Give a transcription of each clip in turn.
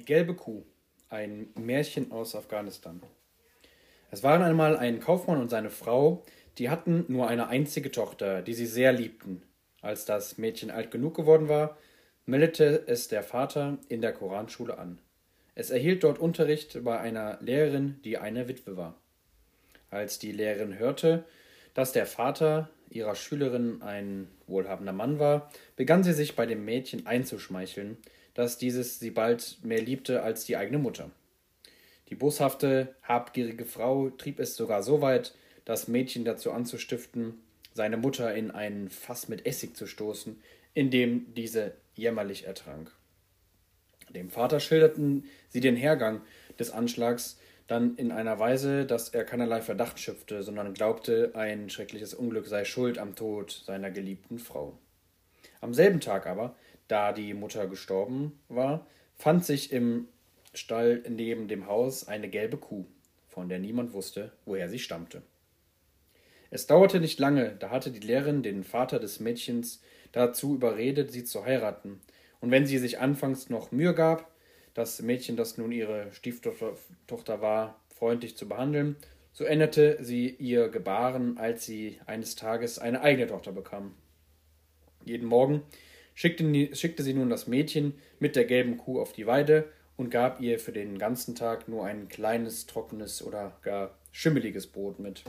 Die gelbe Kuh, ein Märchen aus Afghanistan. Es waren einmal ein Kaufmann und seine Frau, die hatten nur eine einzige Tochter, die sie sehr liebten. Als das Mädchen alt genug geworden war, meldete es der Vater in der Koranschule an. Es erhielt dort Unterricht bei einer Lehrerin, die eine Witwe war. Als die Lehrerin hörte, dass der Vater ihrer Schülerin ein wohlhabender Mann war, begann sie sich bei dem Mädchen einzuschmeicheln, dass dieses sie bald mehr liebte als die eigene Mutter. Die boshafte, habgierige Frau trieb es sogar so weit, das Mädchen dazu anzustiften, seine Mutter in ein Fass mit Essig zu stoßen, in dem diese jämmerlich ertrank. Dem Vater schilderten sie den Hergang des Anschlags dann in einer Weise, dass er keinerlei Verdacht schöpfte, sondern glaubte, ein schreckliches Unglück sei schuld am Tod seiner geliebten Frau. Am selben Tag aber, da die Mutter gestorben war, fand sich im Stall neben dem Haus eine gelbe Kuh, von der niemand wusste, woher sie stammte. Es dauerte nicht lange, da hatte die Lehrerin den Vater des Mädchens dazu überredet, sie zu heiraten, und wenn sie sich anfangs noch Mühe gab, das Mädchen, das nun ihre Stieftochter war, freundlich zu behandeln, so änderte sie ihr Gebaren, als sie eines Tages eine eigene Tochter bekam. Jeden Morgen schickte sie nun das Mädchen mit der gelben Kuh auf die Weide und gab ihr für den ganzen Tag nur ein kleines, trockenes oder gar schimmeliges Brot mit.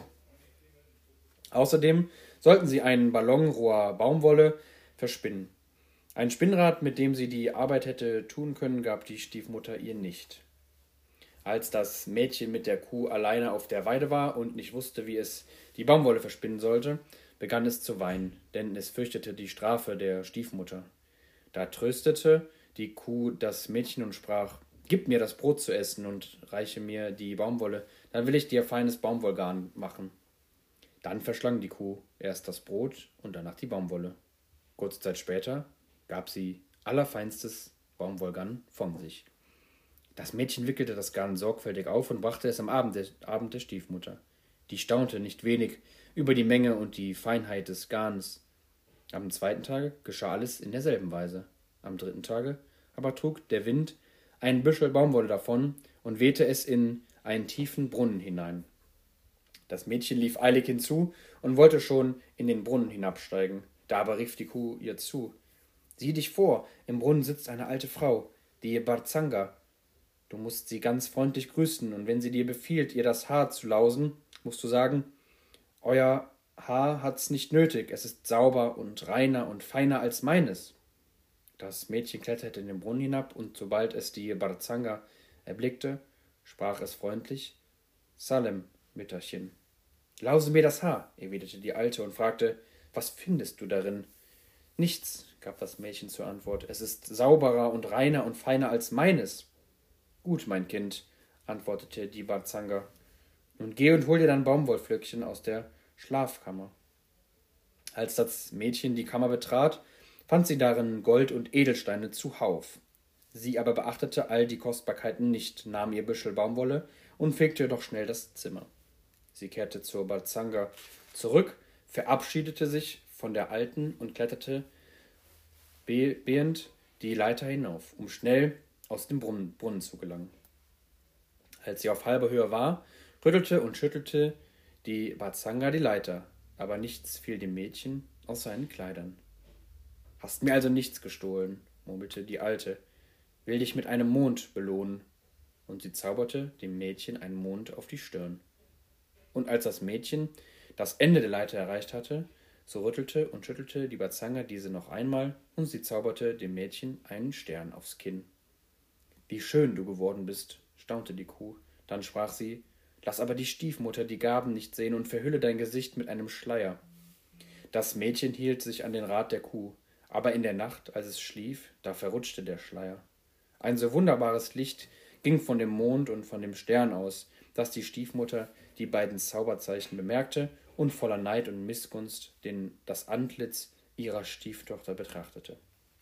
Außerdem sollten sie einen Ballon roher Baumwolle verspinnen. Ein Spinnrad, mit dem sie die Arbeit hätte tun können, gab die Stiefmutter ihr nicht. Als das Mädchen mit der Kuh alleine auf der Weide war und nicht wusste, wie es die Baumwolle verspinnen sollte, begann es zu weinen, denn es fürchtete die Strafe der Stiefmutter. Da tröstete die Kuh das Mädchen und sprach: »Gib mir das Brot zu essen und reiche mir die Baumwolle, dann will ich dir feines Baumwollgarn machen.« Dann verschlang die Kuh erst das Brot und danach die Baumwolle. Kurze Zeit später gab sie allerfeinstes Baumwollgarn von sich. Das Mädchen wickelte das Garn sorgfältig auf und brachte es am Abend der Stiefmutter. Die staunte nicht wenig über die Menge und die Feinheit des Garns. Am zweiten Tage geschah alles in derselben Weise. Am dritten Tage aber trug der Wind ein Büschel Baumwolle davon und wehte es in einen tiefen Brunnen hinein. Das Mädchen lief eilig hinzu und wollte schon in den Brunnen hinabsteigen. Da aber rief die Kuh ihr zu: »Sieh dich vor, im Brunnen sitzt eine alte Frau, die Barzanga. Du musst sie ganz freundlich grüßen, und wenn sie dir befiehlt, ihr das Haar zu lausen, musst du sagen: Euer Haar hat's nicht nötig, es ist sauber und reiner und feiner als meines.« Das Mädchen kletterte in den Brunnen hinab, und sobald es die Barzanga erblickte, sprach es freundlich: »Salem, Mütterchen.« »Lause mir das Haar«, erwiderte die Alte und fragte: »Was findest du darin?« »Nichts«, gab das Mädchen zur Antwort, »es ist sauberer und reiner und feiner als meines.« »Gut, mein Kind«, antwortete die Barzanga, »nun geh und hol dir dann Baumwollflöckchen aus der Schlafkammer.« Als das Mädchen die Kammer betrat, fand sie darin Gold und Edelsteine zuhauf. Sie aber beachtete all die Kostbarkeiten nicht, nahm ihr Büschel Baumwolle und fegte doch schnell das Zimmer. Sie kehrte zur Barzanga zurück, verabschiedete sich von der Alten und kletterte behend die Leiter hinauf, um schnell aus dem Brunnen zu gelangen. Als sie auf halber Höhe war, rüttelte und schüttelte die Barzanga die Leiter, aber nichts fiel dem Mädchen aus seinen Kleidern. »Hast mir also nichts gestohlen«, murmelte die Alte, »will dich mit einem Mond belohnen.« Und sie zauberte dem Mädchen einen Mond auf die Stirn. Und als das Mädchen das Ende der Leiter erreicht hatte, so rüttelte und schüttelte die Barzanga diese noch einmal, und sie zauberte dem Mädchen einen Stern aufs Kinn. »Wie schön du geworden bist«, staunte die Kuh. Dann sprach sie: »Lass aber die Stiefmutter die Gaben nicht sehen und verhülle dein Gesicht mit einem Schleier.« Das Mädchen hielt sich an den Rat der Kuh, aber in der Nacht, als es schlief, da verrutschte der Schleier. Ein so wunderbares Licht ging von dem Mond und von dem Stern aus, dass die Stiefmutter die beiden Zauberzeichen bemerkte und voller Neid und Missgunst das Antlitz ihrer Stieftochter betrachtete.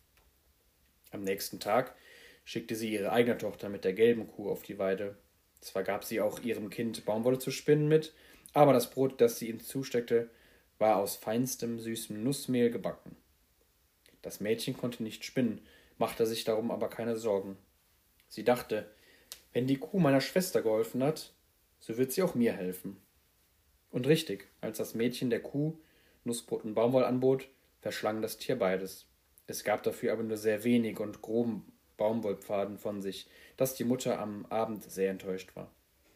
Am nächsten Tag schickte sie ihre eigene Tochter mit der gelben Kuh auf die Weide. Zwar gab sie auch ihrem Kind Baumwolle zu spinnen mit, aber das Brot, das sie ihm zusteckte, war aus feinstem, süßem Nussmehl gebacken. Das Mädchen konnte nicht spinnen, machte sich darum aber keine Sorgen. Sie dachte, wenn die Kuh meiner Schwester geholfen hat, so wird sie auch mir helfen. Und richtig, als das Mädchen der Kuh Nussbrot und Baumwoll anbot, verschlang das Tier beides. Es gab dafür aber nur sehr wenig und groben Baumwollpfaden von sich, dass die Mutter am Abend sehr enttäuscht war.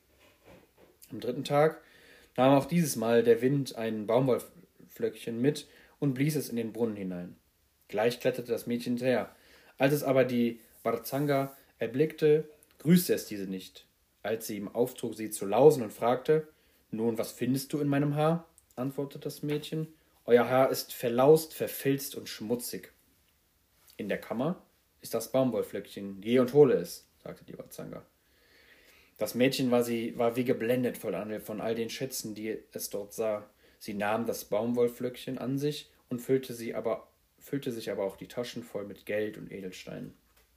Am dritten Tag nahm auch dieses Mal der Wind ein Baumwollflöckchen mit und blies es in den Brunnen hinein. Gleich kletterte das Mädchen hinterher. Als es aber die Barzanga erblickte, grüßte es diese nicht. Als sie ihm auftrug, sie zu lausen und fragte, »Nun, was findest du in meinem Haar?« antwortete das Mädchen, »Euer Haar ist verlaust, verfilzt und schmutzig.« »In der Kammer ist das Baumwollflöckchen, geh und hole es«, sagte die Barzanga. Das Mädchen war wie geblendet von all den Schätzen, die es dort sah. Sie nahm das Baumwollflöckchen an sich und füllte sich aber auch die Taschen voll mit Geld und Edelsteinen.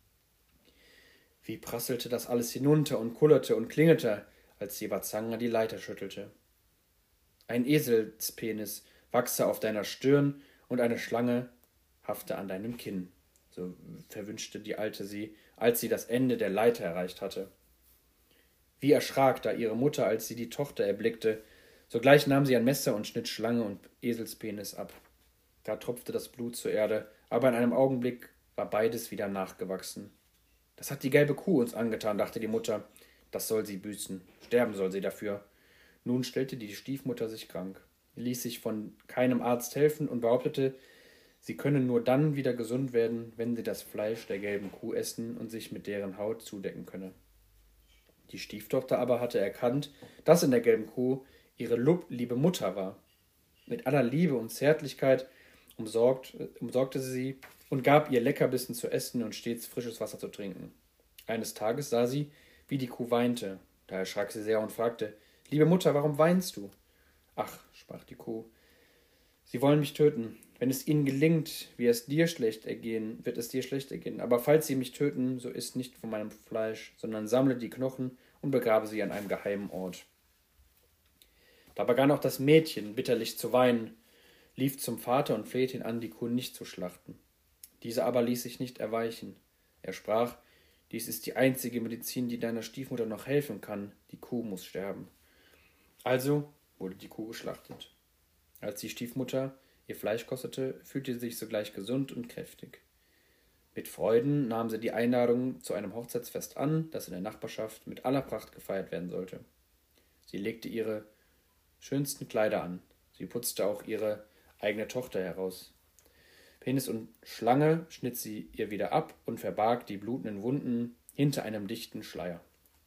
Wie prasselte das alles hinunter und kullerte und klingelte, als die Barzanga die Leiter schüttelte. Ein Eselspenis wachse auf deiner Stirn und eine Schlange hafte an deinem Kinn, so verwünschte die Alte sie, als sie das Ende der Leiter erreicht hatte. Wie erschrak da ihre Mutter, als sie die Tochter erblickte. Sogleich nahm sie ein Messer und schnitt Schlange und Eselspenis ab. Da tropfte das Blut zur Erde, aber in einem Augenblick war beides wieder nachgewachsen. »Das hat die gelbe Kuh uns angetan«, dachte die Mutter. »Das soll sie büßen. Sterben soll sie dafür.« Nun stellte die Stiefmutter sich krank, ließ sich von keinem Arzt helfen und behauptete, sie könne nur dann wieder gesund werden, wenn sie das Fleisch der gelben Kuh essen und sich mit deren Haut zudecken könne. Die Stieftochter aber hatte erkannt, dass in der gelben Kuh ihre liebe Mutter war. Mit aller Liebe und Zärtlichkeit umsorgte sie und gab ihr Leckerbissen zu essen und stets frisches Wasser zu trinken. Eines Tages sah sie, wie die Kuh weinte. Da erschrak sie sehr und fragte, »Liebe Mutter, warum weinst du?« »Ach«, sprach die Kuh, »sie wollen mich töten. Wenn es ihnen gelingt, wird es dir schlecht ergehen. Aber falls sie mich töten, so isst nicht von meinem Fleisch, sondern sammle die Knochen und begrabe sie an einem geheimen Ort.« Da begann auch das Mädchen bitterlich zu weinen, lief zum Vater und flehte ihn an, die Kuh nicht zu schlachten. Dieser aber ließ sich nicht erweichen. Er sprach, »Dies ist die einzige Medizin, die deiner Stiefmutter noch helfen kann. Die Kuh muss sterben.« Also wurde die Kuh geschlachtet. Als die Stiefmutter ihr Fleisch kostete, fühlte sie sich sogleich gesund und kräftig. Mit Freuden nahm sie die Einladung zu einem Hochzeitsfest an, das in der Nachbarschaft mit aller Pracht gefeiert werden sollte. Sie legte ihre schönsten Kleider an. Sie putzte auch ihre eigene Tochter heraus. Penis und Schlange schnitt sie ihr wieder ab und verbarg die blutenden Wunden hinter einem dichten Schleier.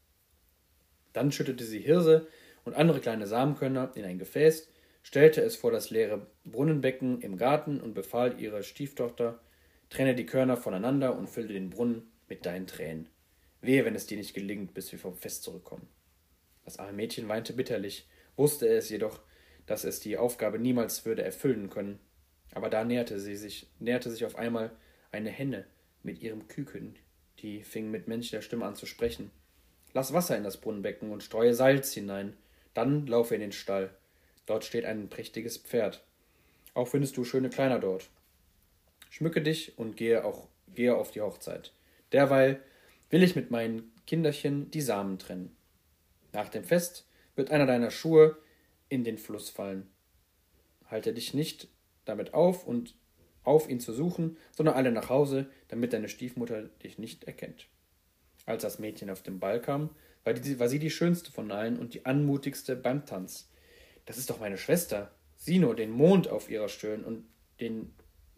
Dann schüttete sie Hirse und andere kleine Samenkörner in ein Gefäß, stellte es vor das leere Brunnenbecken im Garten und befahl ihrer Stieftochter, trenne die Körner voneinander und fülle den Brunnen mit deinen Tränen. Wehe, wenn es dir nicht gelingt, bis wir vom Fest zurückkommen. Das arme Mädchen weinte bitterlich, wusste es jedoch, dass es die Aufgabe niemals würde erfüllen können. Aber da näherte sich auf einmal eine Henne mit ihrem Küken, die fing mit menschlicher Stimme an zu sprechen. »Lass Wasser in das Brunnenbecken und streue Salz hinein, dann laufe in den Stall. Dort steht ein prächtiges Pferd. Auch findest du schöne Kleider dort. Schmücke dich und gehe auf die Hochzeit. Derweil will ich mit meinen Kinderchen die Samen trennen. Nach dem Fest wird einer deiner Schuhe in den Fluss fallen. Halte dich nicht damit auf ihn zu suchen, sondern eile nach Hause, damit deine Stiefmutter dich nicht erkennt.« Als das Mädchen auf den Ball kam, war sie die schönste von allen und die anmutigste beim Tanz. »Das ist doch meine Schwester. Sieh nur den Mond auf ihrer Stirn und den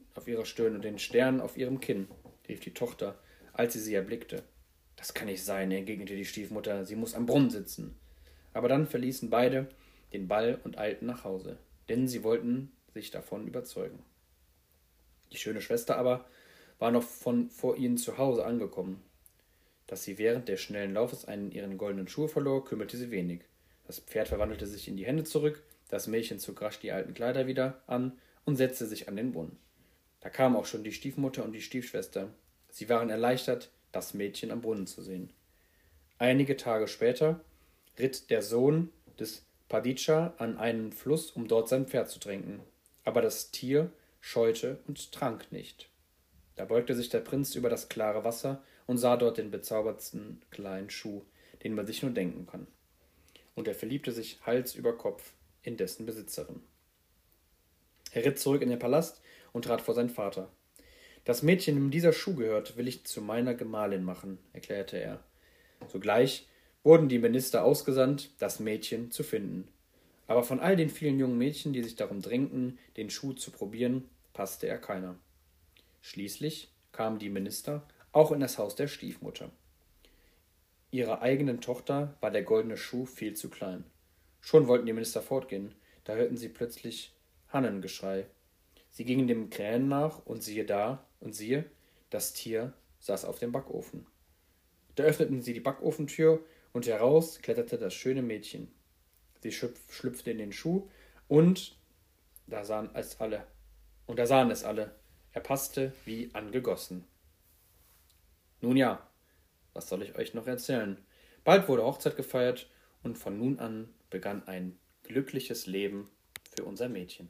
Stern auf ihrem Kinn«, rief die Tochter, als sie erblickte. »Das kann nicht sein«, entgegnete die Stiefmutter, »sie muss am Brunnen sitzen.« Aber dann verließen beide den Ball und eilten nach Hause, denn sie wollten sich davon überzeugen. Die schöne Schwester aber war noch vor ihnen zu Hause angekommen. Dass sie während des schnellen Laufes einen ihren goldenen Schuh verlor, kümmerte sie wenig. Das Pferd verwandelte sich in die Hände zurück, das Mädchen zog rasch die alten Kleider wieder an und setzte sich an den Brunnen. Da kamen auch schon die Stiefmutter und die Stiefschwester. Sie waren erleichtert, das Mädchen am Brunnen zu sehen. Einige Tage später ritt der Sohn des Padidscha an einen Fluss, um dort sein Pferd zu tränken. Aber das Tier scheute und trank nicht. Da beugte sich der Prinz über das klare Wasser und sah dort den bezaubertsten kleinen Schuh, den man sich nur denken kann. Und er verliebte sich Hals über Kopf in dessen Besitzerin. Er ritt zurück in den Palast und trat vor seinen Vater. Das Mädchen, dem dieser Schuh gehört, will ich zu meiner Gemahlin machen, erklärte er. Sogleich wurden die Minister ausgesandt, das Mädchen zu finden. Aber von all den vielen jungen Mädchen, die sich darum drängten, den Schuh zu probieren, passte er keiner. Schließlich kamen die Minister auch in das Haus der Stiefmutter. Ihrer eigenen Tochter war der goldene Schuh viel zu klein. Schon wollten die Minister fortgehen, da hörten sie plötzlich Hannengeschrei. Sie gingen dem Krähen nach und siehe, das Tier saß auf dem Backofen. Da öffneten sie die Backofentür und heraus kletterte das schöne Mädchen. Sie schlüpfte in den Schuh und da sahen es alle. Er passte wie angegossen. Nun ja, was soll ich euch noch erzählen? Bald wurde Hochzeit gefeiert und von nun an begann ein glückliches Leben für unser Mädchen.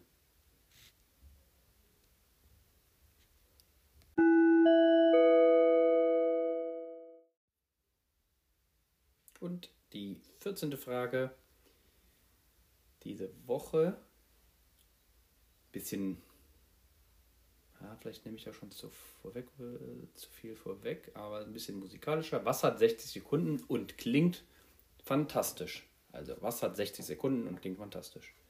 Und die 14. Frage diese Woche. Bisschen, vielleicht nehme ich ja schon zu viel vorweg, aber ein bisschen musikalischer. Was hat 60 Sekunden und klingt fantastisch? Also, was hat 60 Sekunden und klingt fantastisch?